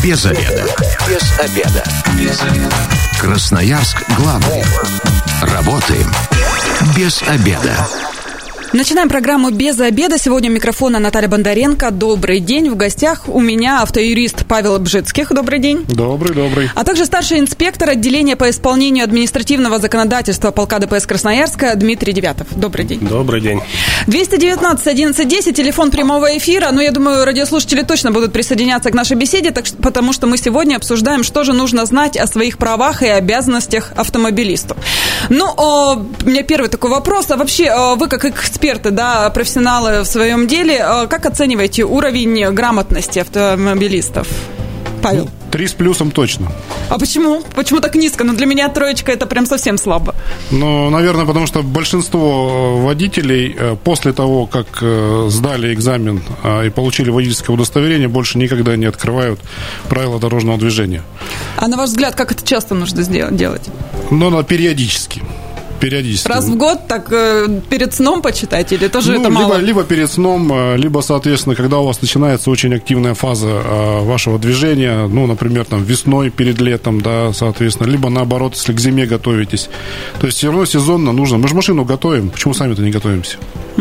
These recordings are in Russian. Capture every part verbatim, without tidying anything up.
Без обеда. Без обеда. Без обеда. Красноярск главный. Работаем без обеда. Начинаем программу «Без обеда». Сегодня у микрофона Наталья Бондаренко. Добрый день. В гостях у меня автоюрист Павел Бжицких. Добрый день. Добрый, добрый. А также старший инспектор отделения по исполнению административного законодательства полка ДПС Красноярска Дмитрий Девятов. Добрый день. Добрый день. двести девятнадцать одиннадцать десять, телефон прямого эфира. Ну, я думаю, радиослушатели точно будут присоединяться к нашей беседе, так, потому что мы сегодня обсуждаем, что же нужно знать о своих правах и обязанностях автомобилисту. Ну, о, у меня первый такой вопрос. А вообще, вы как эксперты, эксперты, да, профессионалы в своем деле, как оцениваете уровень грамотности автомобилистов? Павел? Три с плюсом точно. А почему? Почему так низко? Ну, для меня троечка это прям совсем слабо. Ну, наверное, потому что большинство водителей после того, как сдали экзамен и получили водительское удостоверение, больше никогда не открывают правила дорожного движения. А на ваш взгляд, как это часто нужно делать? Ну, надо периодически. Периодически. Раз в год так э, перед сном почитать или тоже ну, это либо, мало? Либо перед сном, либо, соответственно, когда у вас начинается очень активная фаза э, вашего движения, ну, например, там, весной, перед летом, да, соответственно, либо наоборот, если к зиме готовитесь. То есть все равно сезонно нужно. Мы же машину готовим, почему сами-то не готовимся?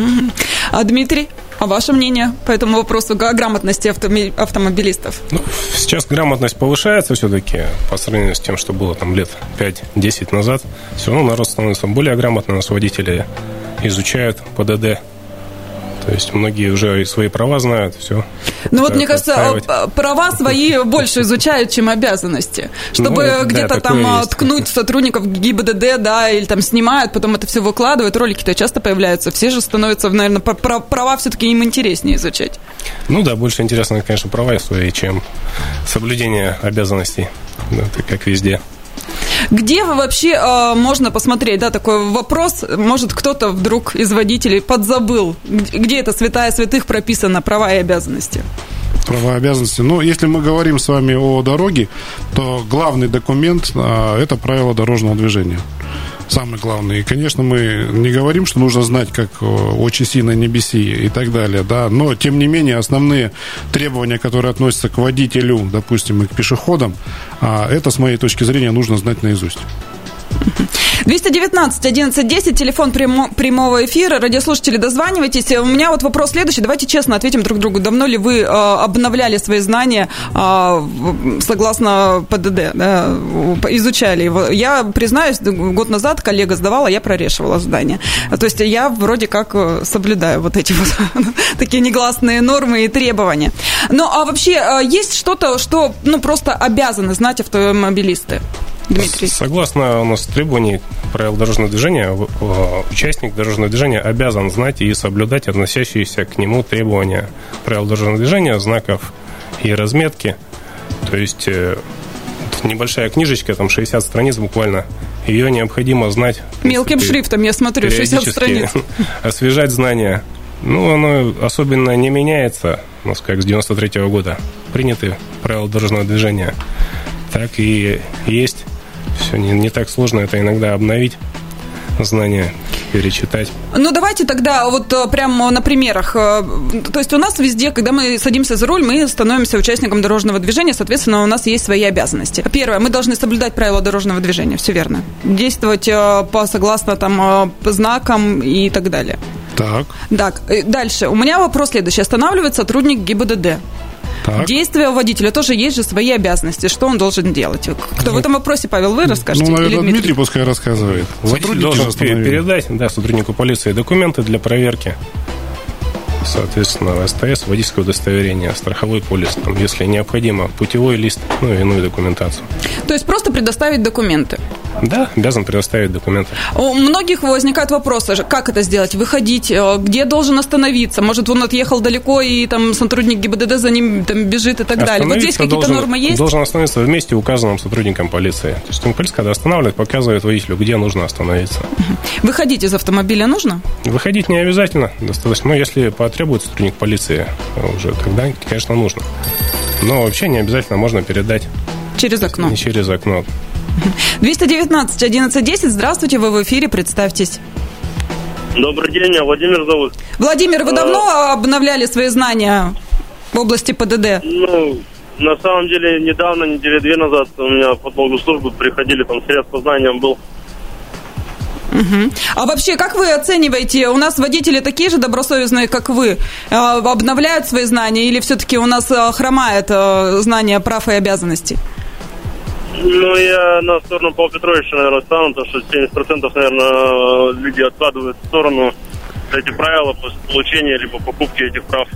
А Дмитрий, а ваше мнение по этому вопросу о грамотности автоми- автомобилистов? Ну, сейчас грамотность повышается все-таки по сравнению с тем, что было там лет пять-десять назад. Все равно народ становится более грамотным, нас водители изучают ПДД. То есть многие уже и свои права знают, все. Ну вот, мне кажется, отстаивать. Права свои больше изучают, чем обязанности. Чтобы ну, где-то да, там ткнуть сотрудников ГИБДД, да, или там снимают, потом это все выкладывают, ролики-то часто появляются. Все же становятся, наверное, права все-таки им интереснее изучать. Ну да, больше интересно, конечно, права свои, чем соблюдение обязанностей, да, как везде. Где вы вообще э, можно посмотреть, да, такой вопрос, может, кто-то вдруг из водителей подзабыл, где это святая святых прописано, права и обязанности? Права и обязанности. Ну, если мы говорим с вами о дороге, то главный документ э, – это правила дорожного движения. Самый главный. И, конечно, мы не говорим, что нужно знать, как «Очи си на небеси» и так далее, да, но, тем не менее, основные требования, которые относятся к водителю, допустим, и к пешеходам, это, с моей точки зрения, нужно знать наизусть. двести девятнадцать одиннадцать десять, телефон прямо, прямого эфира. Радиослушатели, дозванивайтесь. У меня вот вопрос следующий. Давайте честно ответим друг другу. Давно ли вы э, обновляли свои знания э, согласно ПДД? Да, изучали его? Я признаюсь, год назад коллега сдавала, я прорешивала здание. То есть я вроде как соблюдаю вот эти вот такие негласные нормы и требования. Ну, а вообще есть что-то, что ну, просто обязаны знать автомобилисты? Дмитрий. Согласно у нас требований правил дорожного движения, участник дорожного движения обязан знать и соблюдать относящиеся к нему требования правил дорожного движения, знаков и разметки. То есть небольшая книжечка, там шестьдесят страниц буквально, ее необходимо знать. Мелким шрифтом, я смотрю, шестьдесят страниц. Освежать знания. Ну, оно особенно не меняется, у нас как с девяносто третьего года приняты правила дорожного движения, так и есть. Все не, не так сложно это иногда обновить, знания перечитать. Ну, давайте тогда вот прямо на примерах. То есть у нас везде, когда мы садимся за руль, мы становимся участником дорожного движения, соответственно, у нас есть свои обязанности. Первое, мы должны соблюдать правила дорожного движения, все верно. Действовать по, согласно там, знакам и так далее. Так. Так, дальше. У меня вопрос следующий. Останавливает сотрудник ГИБДД. Так. Действия у водителя тоже есть же свои обязанности. Что он должен делать? Кто в этом вопросе, Павел, вы расскажете? Ну, наверное, или Дмитрий? Дмитрий пускай рассказывает. Водитель должен передать да, сотруднику полиции документы для проверки. Соответственно, СТС, водительское удостоверение, страховой полис, там, если необходимо, путевой лист, ну и иную документацию. То есть просто предоставить документы? Да, обязан предоставить документы. У многих возникают вопросы, как это сделать, выходить, где должен остановиться, может, он отъехал далеко, и там сотрудник ГИБДД за ним там, бежит и так далее. Вот здесь какие-то должен, нормы есть? Должен остановиться в месте, указанном сотрудником полиции. То есть полиция, когда останавливает, показывает водителю, где нужно остановиться. Выходить из автомобиля нужно? Выходить не обязательно, достаточно. Но если потребует сотрудник полиции, уже тогда, конечно, нужно. Но вообще не обязательно, можно передать. Через окно? Не через окно. двести девятнадцать одиннадцать десять, здравствуйте, вы в эфире, представьтесь. Добрый день, меня Владимир зовут. Владимир, вы давно обновляли свои знания в области ПДД? Ну, на самом деле, недавно, недели две назад, у меня по долгу службы приходили, там, срез по знаниям был. Угу. А вообще, как вы оцениваете, у нас водители такие же добросовестные, как вы, обновляют свои знания, или все-таки у нас хромает знание прав и обязанностей? Ну, я на сторону Павла Петровича, наверное, стану, потому что семьдесят процентов, наверное, люди откладывают в сторону эти правила после получения либо покупки этих прав.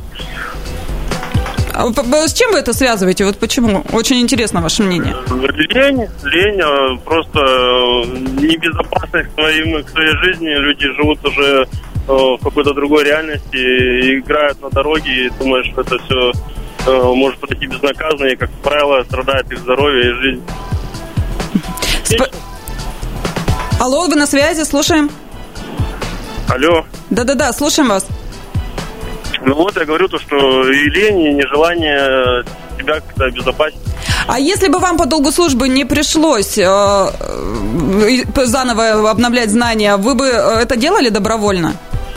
А с чем вы это связываете? Вот почему? Очень интересно ваше мнение. Лень, лень, просто небезопасность к своей, к своей жизни. Люди живут уже в какой-то другой реальности, играют на дороге и думают, что это все может пройти безнаказанно, и, как правило, страдает их здоровье и жизнь. Сп... Алло, вы на связи, слушаем. Алло. Да-да-да, слушаем вас. Ну вот, я говорю то, что и лень, и нежелание себя как-то обезопасить. А если бы вам по долгу службы не пришлось э, э, заново обновлять знания, вы бы это делали добровольно?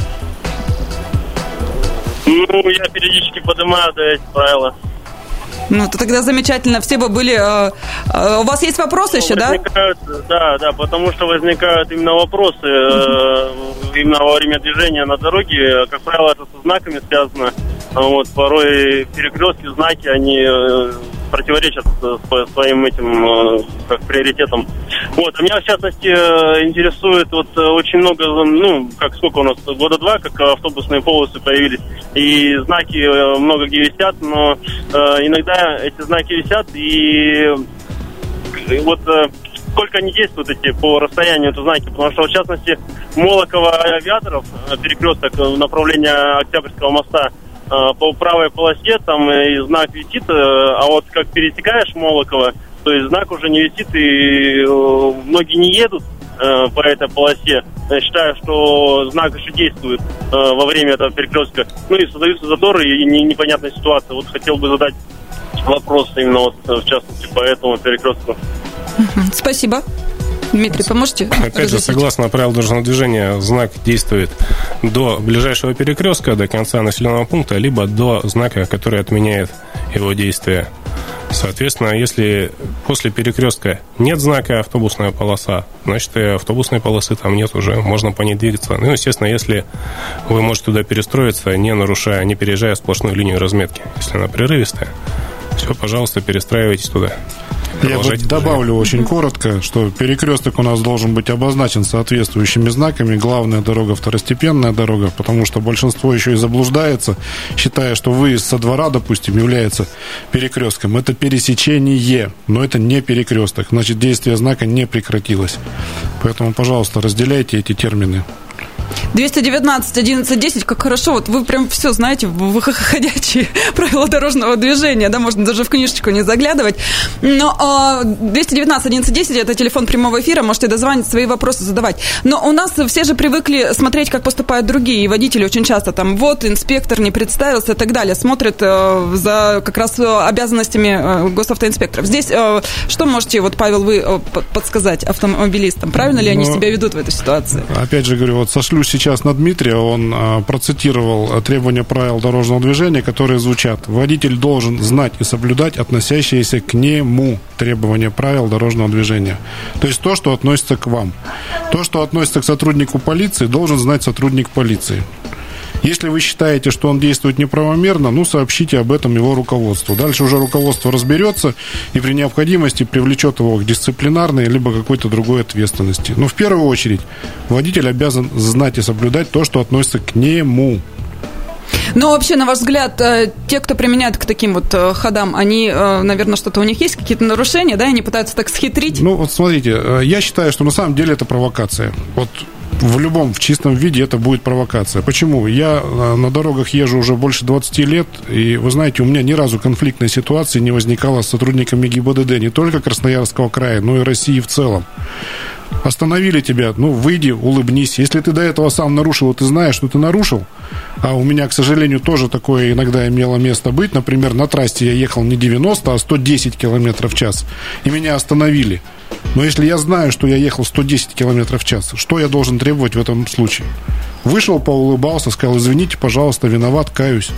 Ну, я периодически поднимаю, да, эти правила. Ну, то тогда замечательно, все бы были... Э, э, у вас есть вопросы ну, еще, да? Да, да, потому что возникают именно вопросы э, именно во время движения на дороге. Как правило, это со знаками связано. Вот, порой перекрестки, знаки, они э, противоречат своим этим э, как приоритетам. Вот, а меня, в частности, э, интересует вот очень много, ну, как сколько у нас, года два, как автобусные полосы появились, и знаки э, много где висят, но э, иногда эти знаки висят, и, и вот... Э, сколько они действуют эти по расстоянию, это знаки, потому что, в частности, Молоково Авиаторов, перекресток направления Октябрьского моста, по правой полосе там и знак висит, а вот как пересекаешь Молоково, то есть знак уже не висит, и многие не едут по этой полосе, считая, что знак еще действует во время этого перекрестка. Ну и создаются заторы и непонятная ситуация. Вот хотел бы задать вопрос именно вот, в частности, по этому перекрестку. Спасибо. Дмитрий, поможете? Опять разъяснить? Же, согласно правилам дорожного движения, знак действует до ближайшего перекрестка, до конца населенного пункта, либо до знака, который отменяет его действие. Соответственно, если после перекрестка нет знака автобусная полоса, значит, и автобусной полосы там нет уже, можно по ней двигаться. Ну, естественно, если вы можете туда перестроиться, не нарушая, не переезжая сплошную линию разметки. Если она прерывистая, все, пожалуйста, перестраивайтесь туда. Я вот добавлю очень коротко, что перекресток у нас должен быть обозначен соответствующими знаками. Главная дорога, второстепенная дорога, потому что большинство еще и заблуждается, считая, что выезд со двора, допустим, является перекрестком. Это пересечение, но это не перекресток. Значит, действие знака не прекратилось. Поэтому, пожалуйста, разделяйте эти термины. двести девятнадцать одиннадцать десять, как хорошо, вот вы прям все знаете, вы ходячие правила дорожного движения, да, можно даже в книжечку не заглядывать. Но двести девятнадцать одиннадцать десять это телефон прямого эфира, можете дозвонить, свои вопросы задавать. Но у нас все же привыкли смотреть, как поступают другие, и водители очень часто там, вот, инспектор не представился и так далее, смотрят за как раз обязанностями госавтоинспекторов. Здесь что можете, вот, Павел, вы подсказать автомобилистам, правильно ли они Но, себя ведут в этой ситуации? Опять же говорю, вот сошлюсь сейчас на Дмитрия, он а, процитировал требования правил дорожного движения, которые звучат: водитель должен знать и соблюдать относящиеся к нему требования правил дорожного движения. То есть то, что относится к вам. То, что относится к сотруднику полиции, должен знать сотрудник полиции. Если вы считаете, что он действует неправомерно, ну, сообщите об этом его руководству. Дальше уже руководство разберется и при необходимости привлечет его к дисциплинарной либо какой-то другой ответственности. Но в первую очередь водитель обязан знать и соблюдать то, что относится к нему. Ну, вообще, на ваш взгляд, те, кто применяет к таким вот ходам, они, наверное, что-то у них есть, какие-то нарушения, да, они пытаются так схитрить? Ну, вот смотрите, я считаю, что на самом деле это провокация. Вот в любом, в чистом виде это будет провокация. Почему? Я на дорогах езжу уже больше двадцати лет, и, вы знаете, у меня ни разу конфликтной ситуации не возникало с сотрудниками ГИБДД не только Красноярского края, но и России в целом. Остановили тебя, ну, выйди, улыбнись. Если ты до этого сам нарушил, и ты знаешь, что ты нарушил, а у меня, к сожалению, тоже такое иногда имело место быть. Например, на трассе я ехал не девяносто, а сто десять километров в час, и меня остановили. Но если я знаю, что я ехал сто десять километров в час, что я должен требовать в этом случае? Вышел, поулыбался, сказал: извините, пожалуйста, виноват, каюсь.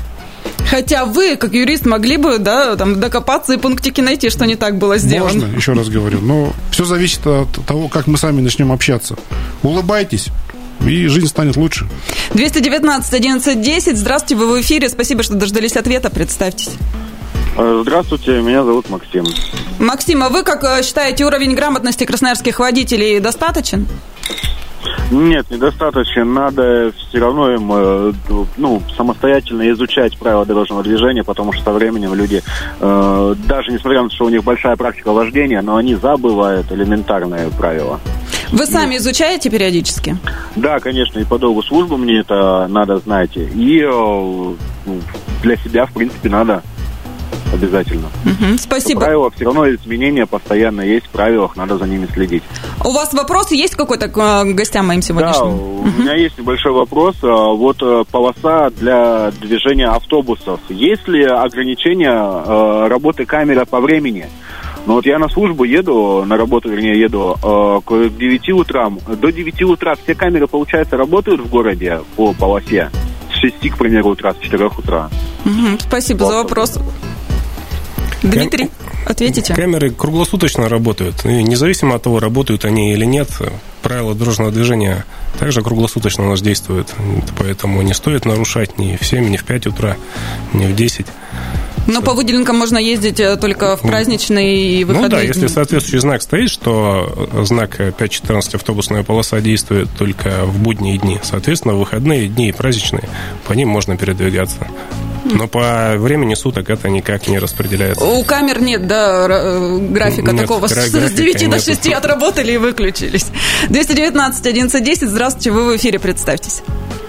Хотя вы, как юрист, могли бы, да, там, докопаться и пунктики найти, что не так было сделано. Можно, еще раз говорю. Но все зависит от того, как мы сами начнем общаться. Улыбайтесь, и жизнь станет лучше. двести девятнадцать одиннадцать десять. Здравствуйте, вы в эфире. Спасибо, что дождались ответа. Представьтесь. Здравствуйте, меня зовут Максим. Максим, а вы как считаете, уровень грамотности красноярских водителей достаточен? Нет, недостаточно. Надо все равно им ну, самостоятельно изучать правила дорожного движения, потому что со временем люди, э, даже несмотря на то, что у них большая практика вождения, но они забывают элементарные правила. Вы сами изучаете периодически? Да, конечно, и по долгу службы мне это надо знать. И э, для себя, в принципе, надо обязательно. Угу, спасибо. Правила все равно изменения постоянно есть в правилах, надо за ними следить. У вас вопрос есть какой-то к гостям моим сегодняшним? Да, у угу. меня есть небольшой вопрос. Вот полоса для движения автобусов. Есть ли ограничения э, работы камеры по времени? Ну вот я на службу еду, на работу, вернее, еду э, к девяти утра. До девяти утра все камеры, получается, работают в городе по полосе? С шести, к примеру, утра, с четырех утра. Угу, спасибо вот. за вопрос. Дмитрий, ответите. Камеры круглосуточно работают. И независимо от того, работают они или нет, правила дорожного движения также круглосуточно у нас действуют. Поэтому не стоит нарушать ни в семь, ни в пять утра, ни в десять. Но по выделенкам можно ездить только в праздничные и выходные. Ну да, если соответствующий знак стоит, что знак пять четырнадцать автобусная полоса действует только в будние дни. Соответственно, в выходные дни и праздничные по ним можно передвигаться. Но по времени суток это никак не распределяется. У камер нет, да, графика нет, такого. С девяти до шести отработали и выключились. двести девятнадцать одиннадцать десять. Здравствуйте, вы в эфире, представьтесь.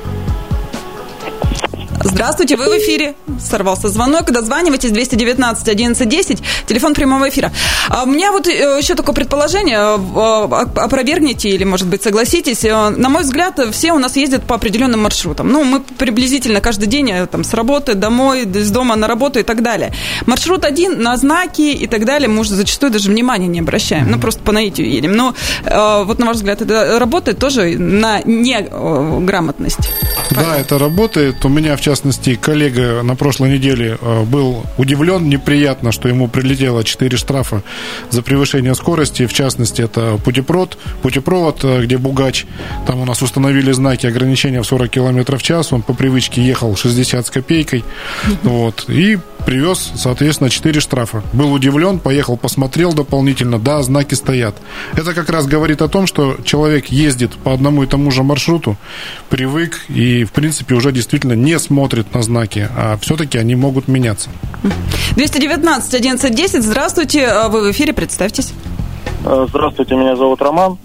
Здравствуйте, вы в эфире. Сорвался звонок. Дозванивайтесь. двести девятнадцать одиннадцать десять. Телефон прямого эфира. А у меня вот еще такое предположение. Опровергните или, может быть, согласитесь. На мой взгляд, все у нас ездят по определенным маршрутам. Ну, мы приблизительно каждый день там, с работы домой, из дома на работу и так далее. Маршрут один, на знаки и так далее мы уже зачастую даже внимания не обращаем. Ну, просто по наитию едем. Но вот, на ваш взгляд, это работает тоже на неграмотность? Да, это работает. У меня, в частности, коллега на прошлой неделе был удивлен неприятно, что ему прилетело четыре штрафа за превышение скорости. В частности, это путепровод, путепровод, где Бугач. Там у нас установили знаки ограничения в сорок километров в час. Он по привычке ехал шестьдесят с копейкой. Вот, и привез, соответственно, четыре штрафа. Был удивлен, поехал, посмотрел дополнительно. Да, знаки стоят. Это как раз говорит о том, что человек ездит по одному и тому же маршруту, привык и, в принципе, уже действительно не смотрит на знаки, а все-таки они могут меняться. двести девятнадцать одиннадцать десять. Здравствуйте, вы в эфире, представьтесь. Здравствуйте, меня зовут Роман.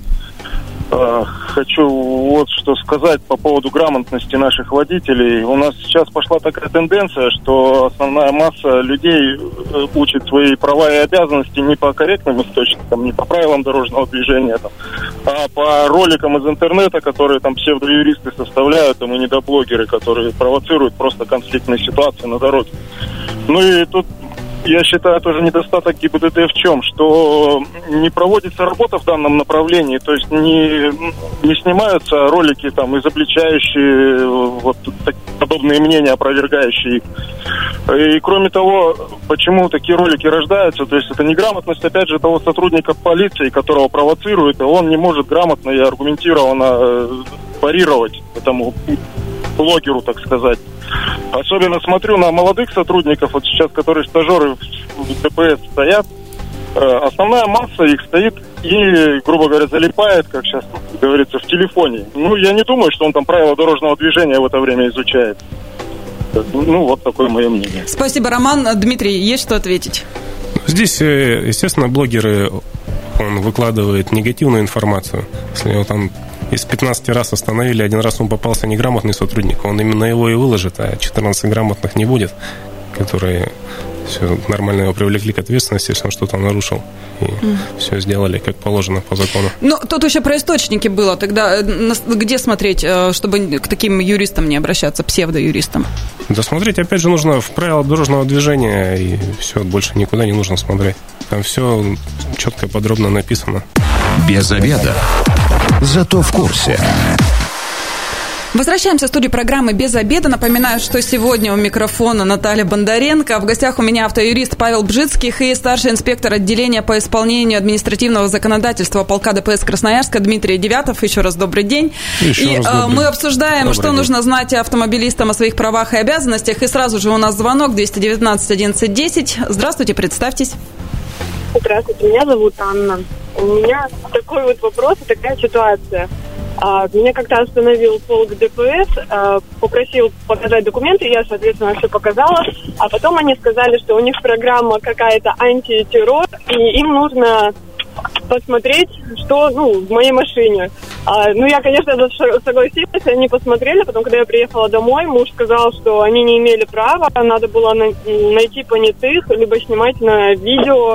Хочу вот что сказать по поводу грамотности наших водителей. У нас сейчас пошла такая тенденция, что основная масса людей учит свои права и обязанности не по корректным источникам, не по правилам дорожного движения, там, а по роликам из интернета, которые там псевдоюристы составляют, там, и недоблогеры, которые провоцируют просто конфликтные ситуации на дороге. Ну и тут я считаю, тоже недостаток ГИБДД в чем? Что не проводится работа в данном направлении, то есть не, не снимаются ролики там изобличающие вот подобные мнения, опровергающие их. И кроме того, почему такие ролики рождаются, то есть это неграмотность, опять же, того сотрудника полиции, которого провоцирует, и он не может грамотно и аргументированно парировать этому блогеру, так сказать. Особенно смотрю на молодых сотрудников, вот сейчас, которые стажеры в ДПС стоят, основная масса их стоит и, грубо говоря, залипает, как сейчас говорится, в телефоне. Ну, я не думаю, что он там правила дорожного движения в это время изучает. Ну, вот такое мое мнение. Спасибо, Роман. Дмитрий, есть что ответить? Здесь, естественно, блогеры, он выкладывает негативную информацию. Если его там из пятнадцати раз остановили, один раз он попался неграмотный сотрудник, он именно его и выложит, а четырнадцать грамотных не будет, которые все нормально его привлекли к ответственности, если он что-то нарушил, и mm. все сделали как положено по закону. Ну, тут еще про источники было. Тогда где смотреть, чтобы к таким юристам не обращаться, псевдоюристам? Да смотреть, опять же, нужно в правила дорожного движения, и все, больше никуда не нужно смотреть. Там все четко и подробно написано. Без обеда. Зато в курсе. Возвращаемся в студию программы «Без обеда». Напоминаю, что сегодня у микрофона Наталья Бондаренко. В гостях у меня автоюрист Павел Бжицких и старший инспектор отделения по исполнению административного законодательства полка ДПС Красноярска Дмитрий Девятов. Еще раз добрый день. Еще и раз добрый. Мы обсуждаем, добрый что день. Нужно знать автомобилистам о своих правах и обязанностях. И сразу же у нас звонок двести девятнадцать одиннадцать десять. Здравствуйте, представьтесь. Здравствуйте, меня зовут Анна. У меня такой вот вопрос и такая ситуация. Меня как-то остановил полк ДПС, попросил показать документы, я, соответственно, все показала. А потом они сказали, что у них программа какая-то антитеррор, и им нужно посмотреть, что, ну, в моей машине. А, ну, я, конечно, согласилась, они посмотрели. Потом, когда я приехала домой, муж сказал, что они не имели права, надо было на- найти понятых, либо снимать на видео.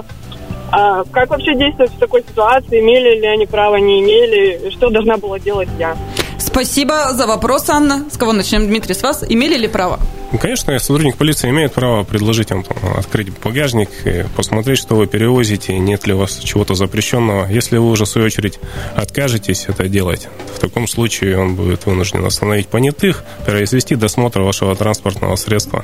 А как вообще действовать в такой ситуации? Имели ли они право, не имели? Что должна была делать я? Спасибо за вопрос, Анна. С кого начнем, Дмитрий, с вас? Имели ли право? Ну, конечно, сотрудник полиции имеет право предложить вам там, открыть багажник, и посмотреть, что вы перевозите, нет ли у вас чего-то запрещенного. Если вы уже, в свою очередь, откажетесь это делать, в таком случае он будет вынужден остановить понятых, произвести досмотр вашего транспортного средства.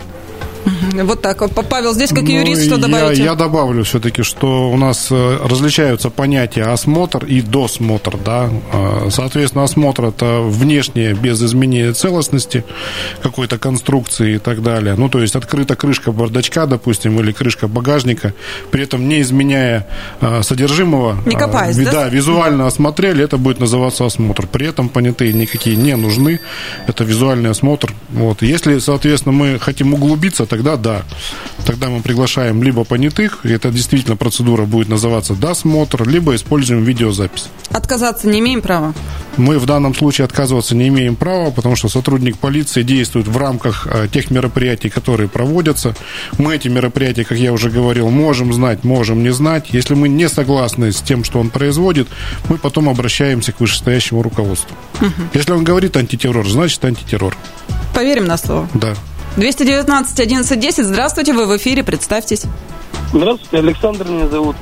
Вот так вот. Павел, здесь как юрист, ну, что добавите? Я, я добавлю все-таки, что у нас различаются понятия осмотр и досмотр. Да? Соответственно, осмотр – это внешнее, без изменения целостности какой-то конструкции и так далее. Ну, то есть, открыта крышка бардачка, допустим, или крышка багажника, при этом не изменяя содержимого. Не копаясь, да? Да, визуально mm-hmm. осмотрели, это будет называться осмотр. При этом понятые никакие не нужны. Это визуальный осмотр. Вот. Если, соответственно, мы хотим углубиться, тогда да. Тогда мы приглашаем либо понятых, и это действительно процедура будет называться досмотр, либо используем видеозапись. Отказаться не имеем права? Мы в данном случае отказываться не имеем права, потому что сотрудник полиции действует в рамках тех мероприятий, которые проводятся. Мы эти мероприятия, как я уже говорил, можем знать, можем не знать. Если мы не согласны с тем, что он производит, мы потом обращаемся к вышестоящему руководству. Угу. Если он говорит антитеррор, значит антитеррор. Поверим на слово. Да. двести девятнадцать одиннадцать десять. Здравствуйте, вы в эфире, представьтесь. Здравствуйте, Александр меня зовут.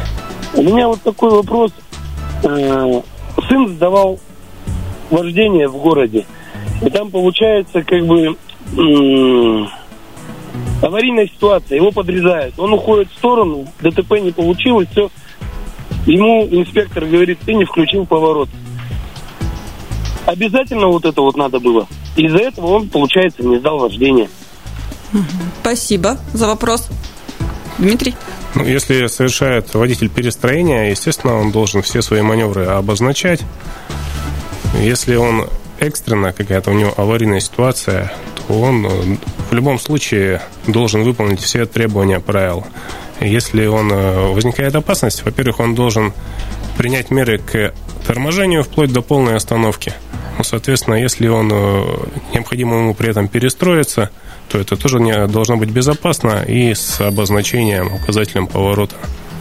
У меня вот такой вопрос. Сын сдавал вождение в городе. И там получается как бы м- аварийная ситуация. Его подрезают. Он уходит в сторону, ДТП не получилось, все. Ему инспектор говорит, ты не включил поворот. Обязательно вот это вот надо было. Из-за этого он, получается, не сдал вождение. Спасибо за вопрос. Дмитрий? Ну, если совершает водитель перестроения, естественно, он должен все свои маневры обозначать. Если он экстренно, какая-то у него аварийная ситуация, то он в любом случае должен выполнить все требования правил. Если он возникает опасность, во-первых, он должен принять меры к торможению вплоть до полной остановки. Ну, соответственно, если он необходимо ему при этом перестроиться, то это тоже не должно быть безопасно и с обозначением, указателем поворота.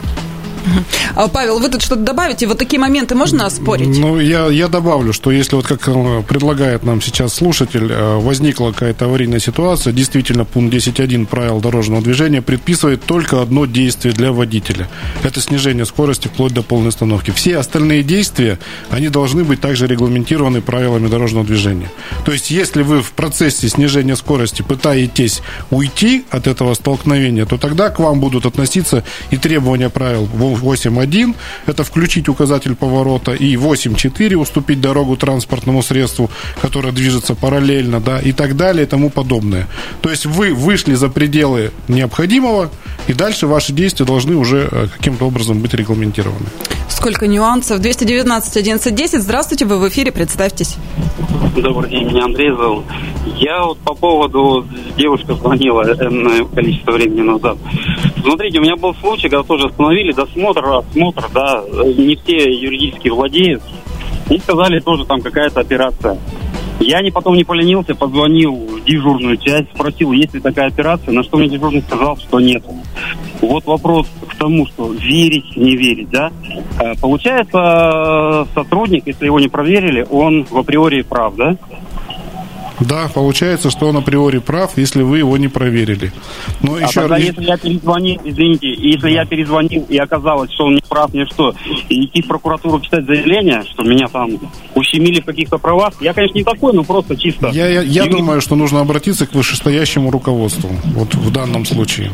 Павел, вы тут что-то добавите? Вот такие моменты можно оспорить? Ну, я, я добавлю, что если вот как предлагает нам сейчас слушатель, возникла какая-то аварийная ситуация, действительно пункт десять точка один правил дорожного движения предписывает только одно действие для водителя. Это снижение скорости вплоть до полной остановки. Все остальные действия, они должны быть также регламентированы правилами дорожного движения. То есть, если вы в процессе снижения скорости пытаетесь уйти от этого столкновения, то тогда к вам будут относиться и требования правил восемь один – это включить указатель поворота, и восемь четыре – уступить дорогу транспортному средству, которое движется параллельно, да, и так далее, и тому подобное. То есть вы вышли за пределы необходимого, и дальше ваши действия должны уже каким-то образом быть регламентированы. Сколько нюансов. двести девятнадцать одиннадцать десять. Здравствуйте, вы в эфире, представьтесь. Добрый день, меня Андрей зовут. Я вот по поводу, девушка звонила энное количество времени назад. Смотрите, у меня был случай, когда тоже остановили досмотр, осмотр, да, не все юридически владеют. И сказали, тоже там какая-то операция. Я не потом не поленился, позвонил в дежурную часть, спросил, есть ли такая операция, на что мне дежурный сказал, что нет. Вот вопрос к тому, что верить, не верить, да. Получается, сотрудник, если его не проверили, он в априори прав, да? Да, получается, что он априори прав, если вы его не проверили. Но а еще тогда, раз... если я перезвонил, извините, если я перезвонил и оказалось, что он не прав, ни что, и идти в прокуратуру писать заявление, что меня там ущемили в каких-то правах, я, конечно, не такой, но просто чисто... Я, я, я и... думаю, что нужно обратиться к вышестоящему руководству, вот в данном случае.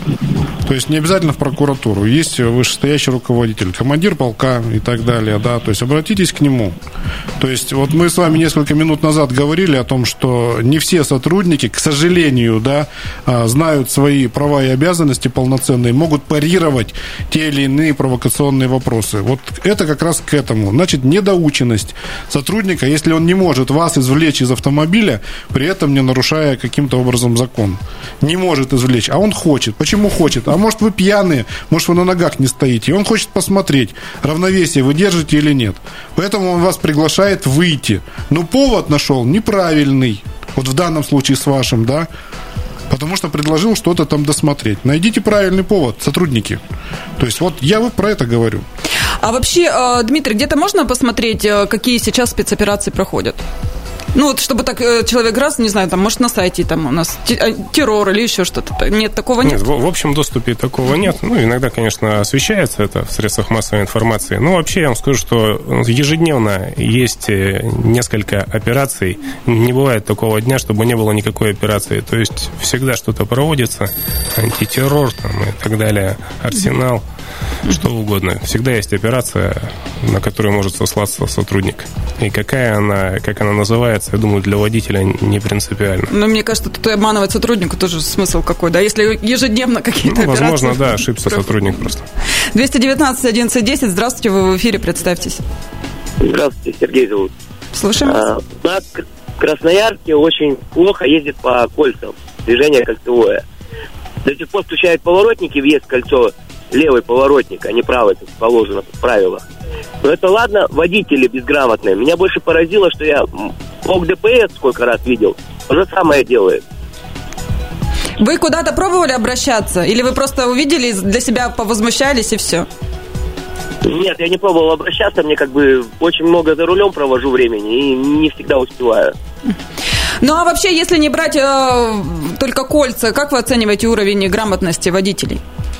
То есть не обязательно в прокуратуру. Есть вышестоящий руководитель, командир полка и так далее, да, то есть обратитесь к нему. То есть вот мы с вами несколько минут назад говорили о том, что не все сотрудники, к сожалению, да, знают свои права и обязанности полноценные, могут парировать те или иные провокационные вопросы. Вот это как раз к этому. Значит, недоученность сотрудника, если он не может вас извлечь из автомобиля, при этом не нарушая каким-то образом закон. Не может извлечь, а он хочет. Почему хочет? А может, вы пьяные, может, вы на ногах не стоите, и он хочет посмотреть, равновесие вы держите или нет. Поэтому он вас приглашает выйти. Но повод нашел неправильный. Вот в данном случае с вашим, да, потому что предложил что-то там досмотреть. Найдите правильный повод, сотрудники. То есть вот я вот про это говорю. А вообще, Дмитрий, где-то можно посмотреть, какие сейчас спецоперации проходят? Ну, вот чтобы так человек раз, не знаю, там, может, на сайте там у нас террор или еще что-то. Нет, такого нет? Нет, в, в общем доступе такого нет. Ну, иногда, конечно, освещается это в средствах массовой информации. Но вообще я вам скажу, что ежедневно есть несколько операций. Не бывает такого дня, чтобы не было никакой операции. То есть всегда что-то проводится. Антитеррор там, и так далее. Арсенал. Что угодно. Всегда есть операция, на которую может сослаться сотрудник. И какая она, как она называется, я думаю, для водителя не принципиально. Но мне кажется, тут и обманывать сотруднику тоже смысл какой, да? Если ежедневно какие-то ну, операции... Возможно, да, ошибся сотрудник просто. двести девятнадцать одиннадцать десять, здравствуйте, вы в эфире, представьтесь. Здравствуйте, Сергей зовут. Слушаем вас. А, на Красноярске очень плохо ездит по кольцам, движение кольцевое. До сих пор включают поворотники, въезд в кольцо, левый поворотник, а не правый, как положено в правилах. Но это ладно, водители безграмотные. Меня больше поразило, что я полк ДПС сколько раз видел, то же самое делает. Вы куда-то пробовали обращаться? Или вы просто увидели, для себя повозмущались и все? Нет, я не пробовал обращаться, мне как бы очень много за рулем провожу времени и не всегда успеваю. Ну а вообще, если не брать э, только кольца, как вы оцениваете уровень грамотности водителей?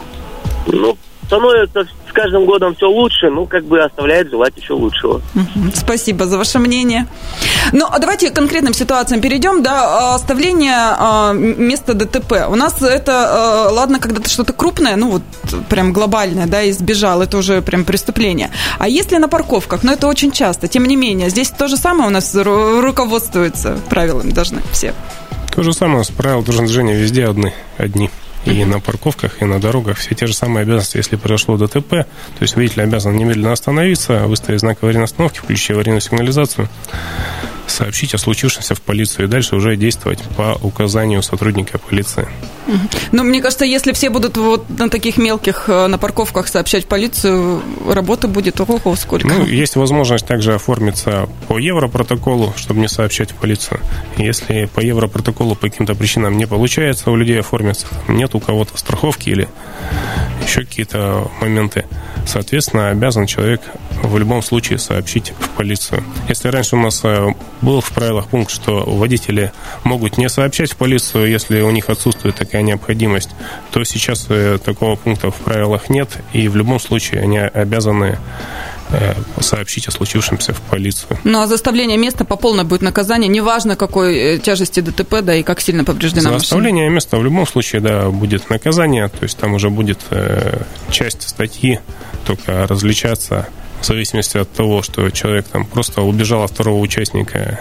Ну, становится с каждым годом все лучше, ну, как бы оставляет желать еще лучшего. Спасибо за ваше мнение. Ну, давайте к конкретным ситуациям перейдем. Да, оставление места ДТП. У нас это, ладно, когда-то что-то крупное, ну, вот прям глобальное, да, избежал, это уже прям преступление. А если на парковках, ну, это очень часто, тем не менее, здесь то же самое у нас руководствуется правилами, должны все. То же самое, с правил дорожного движения везде одни, одни. И на парковках, и на дорогах все те же самые обязанности, если произошло ДТП. То есть водитель обязан немедленно остановиться, выставить знак аварийной остановки, включить аварийную сигнализацию, сообщить о случившемся в полицию и дальше уже действовать по указанию сотрудника полиции. Но мне кажется, если все будут вот на таких мелких на парковках сообщать в полицию, работы будет ого-го сколько. Ну, есть возможность также оформиться по европротоколу, чтобы не сообщать в полицию. Если по европротоколу по каким-то причинам не получается у людей оформиться, нет у кого-то страховки или еще какие-то моменты, соответственно, обязан человек в любом случае сообщить в полицию. Если раньше у нас был в правилах пункт, что водители могут не сообщать в полицию, если у них отсутствует такая необходимость, то сейчас такого пункта в правилах нет, и в любом случае они обязаны сообщить о случившемся в полицию. Ну, а за оставление места по полной будет наказание, неважно, какой тяжести ДТП, да, и как сильно повреждена за машина. За оставление места в любом случае, да, будет наказание, то есть там уже будет э, часть статьи только различаться в зависимости от того, что человек там просто убежал от второго участника,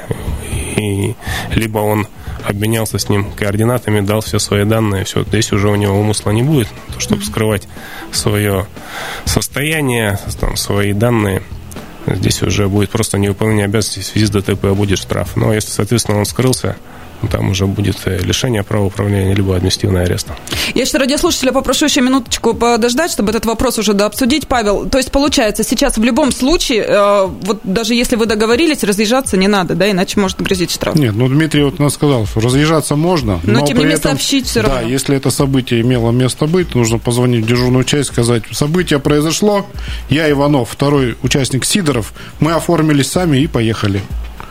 и либо он обменялся с ним координатами, дал все свои данные, все, здесь уже у него умысла не будет, чтобы скрывать свое состояние, там, свои данные. Здесь уже будет просто невыполнение обязанностей в связи с ДТП, будет штраф. Но если, соответственно, он скрылся, там уже будет лишение права управления, либо административный арест. Я еще радиослушателя попрошу еще минуточку подождать, чтобы этот вопрос уже дообсудить. Павел, то есть, получается, сейчас в любом случае, э, вот даже если вы договорились, разъезжаться не надо, да, иначе может грозить штраф? Нет, ну Дмитрий вот нас сказал, что разъезжаться можно, но, но тем не менее этом, сообщить все равно. Да, если это событие имело место быть, нужно позвонить в дежурную часть, сказать, событие произошло, я Иванов, второй участник Сидоров, мы оформились сами и поехали.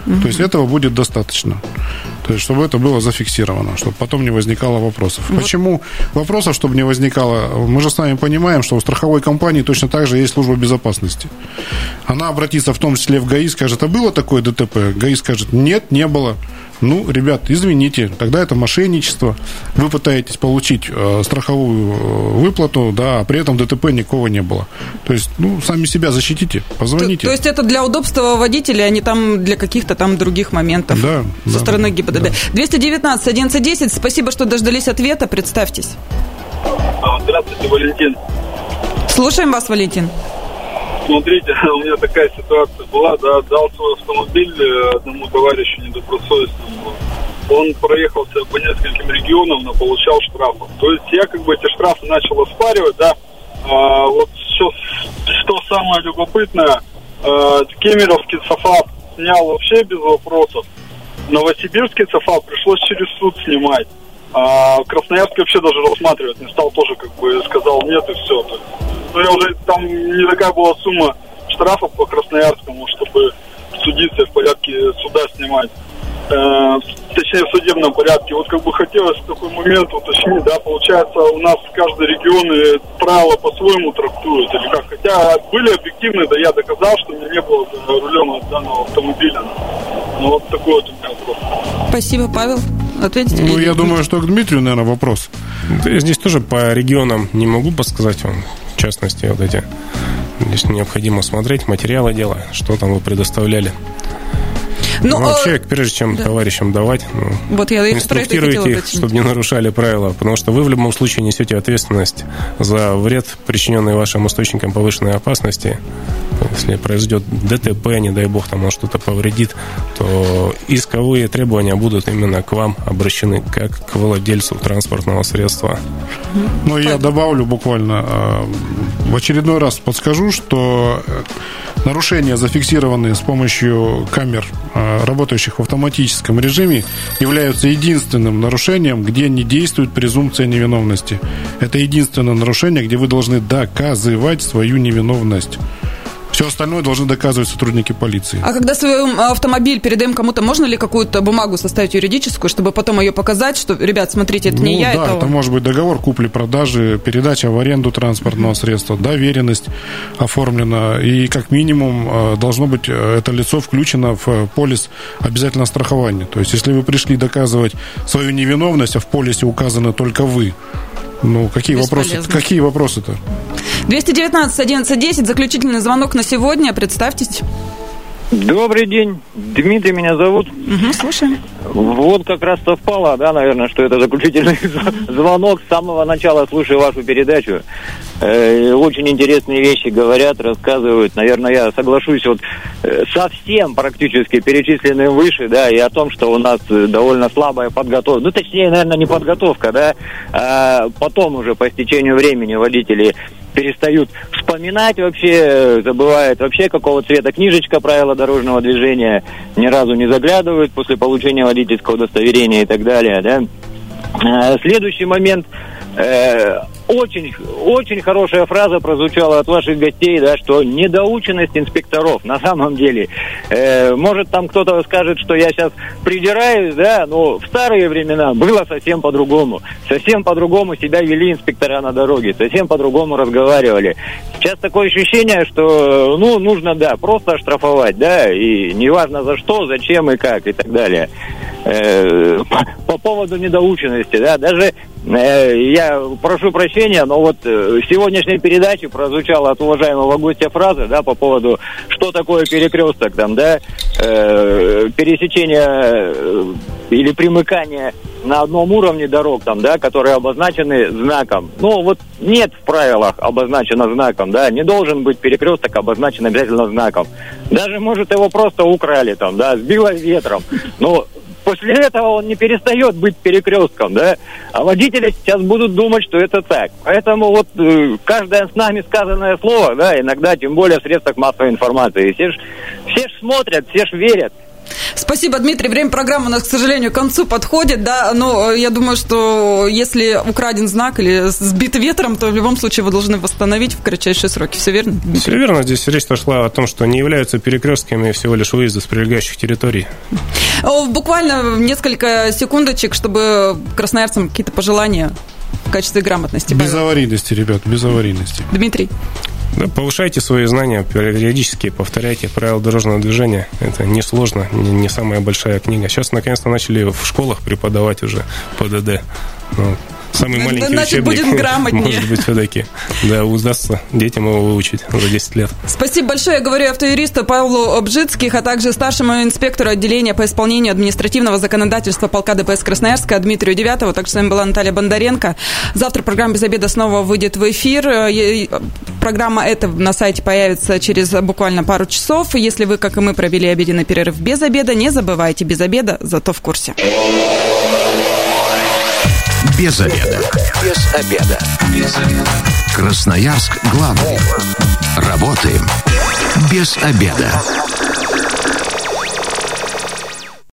Mm-hmm. То есть этого будет достаточно. То есть, чтобы это было зафиксировано, чтобы потом не возникало вопросов. Вот. Почему вопросов, чтобы не возникало? Мы же с вами понимаем, что у страховой компании точно так же есть служба безопасности. Она обратится в том числе в ГАИ, скажет, а было такое ДТП? ГАИ скажет, нет, не было. Ну, ребят, извините, тогда это мошенничество. Вы пытаетесь получить э, страховую выплату, да, а при этом ДТП никакого не было. То есть, ну, сами себя защитите, позвоните. То, то есть это для удобства водителя, а не там для каких-то там других моментов. Да, со да, стороны ГИБДД. Да. двести девятнадцать одиннадцать десять, спасибо, что дождались ответа, представьтесь. Здравствуйте, Валентин. Слушаем вас, Валентин. Смотрите, у меня такая ситуация была, да, дал свой автомобиль одному товарищу недобросовестному. Он проехался по нескольким регионам, но получал штрафы. То есть я как бы эти штрафы начал оспаривать, да. А, вот что, что самое любопытное, а, Кемеровский ЦАФАП снял вообще без вопросов. Новосибирский ЦАФАП пришлось через суд снимать. А Красноярск вообще даже рассматривать не стал, тоже как бы сказал нет и все. Но я уже, там не такая была сумма штрафов по Красноярскому, чтобы судиться в порядке суда снимать. Э, точнее, в судебном порядке. Вот как бы хотелось в такой момент уточнить, да, получается, у нас каждый регион правила по-своему трактует, или как. Хотя были объективные, да, я доказал, что у меня не было за рулем данного автомобиля. Ну, вот такой вот у меня вопрос. Спасибо, Павел. Ответите? Ну, я думаю, что к Дмитрию, наверное, вопрос. Я здесь тоже по регионам не могу подсказать вам, в частности, вот эти. Здесь необходимо смотреть материалы дела, что там вы предоставляли. Ну, ну, вообще, прежде чем да. товарищам давать, ну, вот я инструктируйте их, чтобы не нарушали правила, потому что вы в любом случае несете ответственность за вред, причиненный вашим источникам повышенной опасности. Если произойдет ДТП, не дай бог, там он что-то повредит, то исковые требования будут именно к вам обращены, как к владельцу транспортного средства. Ну, я добавлю буквально, в очередной раз подскажу, что нарушения, зафиксированные с помощью камер, работающих в автоматическом режиме, являются единственным нарушением, где не действует презумпция невиновности. Это единственное нарушение, где вы должны доказывать свою невиновность. Все остальное должны доказывать сотрудники полиции. А когда свой автомобиль передаем кому-то, можно ли какую-то бумагу составить юридическую, чтобы потом ее показать, что, ребят, смотрите, это ну, не я, да, это это может быть договор купли-продажи, передача в аренду транспортного средства, доверенность оформлена, и как минимум должно быть это лицо включено в полис обязательного страхования. То есть, если вы пришли доказывать свою невиновность, а в полисе указаны только вы, ну, какие вопросы, какие вопросы-то? двести девятнадцать одиннадцать десять, заключительный звонок на сегодня. Представьтесь. Добрый день. Дмитрий меня зовут. Угу, слушаем. Вот как раз совпало, да, наверное, что это заключительный звонок. С самого начала слушаю вашу передачу. Очень интересные вещи говорят, рассказывают. Наверное, я соглашусь вот со всем практически перечисленным выше, да, и о том, что у нас довольно слабая подготовка. Ну, точнее, наверное, не подготовка, да, а потом уже по стечению времени водители перестают вспоминать вообще, забывают вообще, какого цвета книжечка правила дорожного движения, ни разу не заглядывают после получения водительского удостоверения и так далее, да. Следующий момент. Очень, очень хорошая фраза прозвучала от ваших гостей, да, что недоученность инспекторов на самом деле. Э, может, там кто-то скажет, что я сейчас придираюсь, да, но в старые времена было совсем по-другому. Совсем по-другому себя вели инспектора на дороге, совсем по-другому разговаривали. Сейчас такое ощущение, что, ну, нужно, да, просто оштрафовать, да, и неважно за что, зачем и как, и так далее. Э, по, по поводу недоученности, да, даже э, я прошу прощения, но вот э, в сегодняшней передаче прозвучала от уважаемого гостя фраза, да, по поводу, что такое перекресток, там, да, э, пересечение э, или примыкание на одном уровне дорог, там, да, которые обозначены знаком. Ну, вот нет в правилах обозначено знаком, да, не должен быть перекресток обозначен обязательно знаком. Даже, может, его просто украли, там, да, сбило ветром, но после этого он не перестает быть перекрестком, да, а водители сейчас будут думать, что это так. Поэтому вот э, каждое с нами сказанное слово, да, иногда, тем более в средствах массовой информации, все ж, все ж смотрят, все ж верят. Спасибо, Дмитрий. Время программы у нас, к сожалению, к концу подходит, да, но я думаю, что если украден знак или сбит ветром, то в любом случае его должны восстановить в кратчайшие сроки. Все верно, Дмитрий? Все верно. Здесь речь шла о том, что не являются перекрестками всего лишь выезда с прилегающих территорий. Буквально несколько секундочек, чтобы красноярцам какие-то пожелания в качестве грамотности. Без аварийности, ребят, без аварийности. Дмитрий. Да, повышайте свои знания, периодически повторяйте правила дорожного движения. Это несложно, не, не самая большая книга. Сейчас, наконец-то, начали в школах преподавать уже ПДД. Ну, самый маленький Значит, учебник, будет грамотнее. Может быть, все-таки. Да, удастся детям его выучить за десять лет. Спасибо большое. Я говорю автоюристу Павлу Бжицких, а также старшему инспектору отделения по исполнению административного законодательства полка ДПС Красноярска Дмитрию Девятову. Так что с вами была Наталья Бондаренко. Завтра программа «Без обеда» снова выйдет в эфир. Программа эта на сайте появится через буквально пару часов. Если вы, как и мы, провели обеденный перерыв без обеда, не забывайте, без обеда, зато в курсе. Без обеда. Без обеда. Без обеда. Красноярск главный. Работаем без обеда.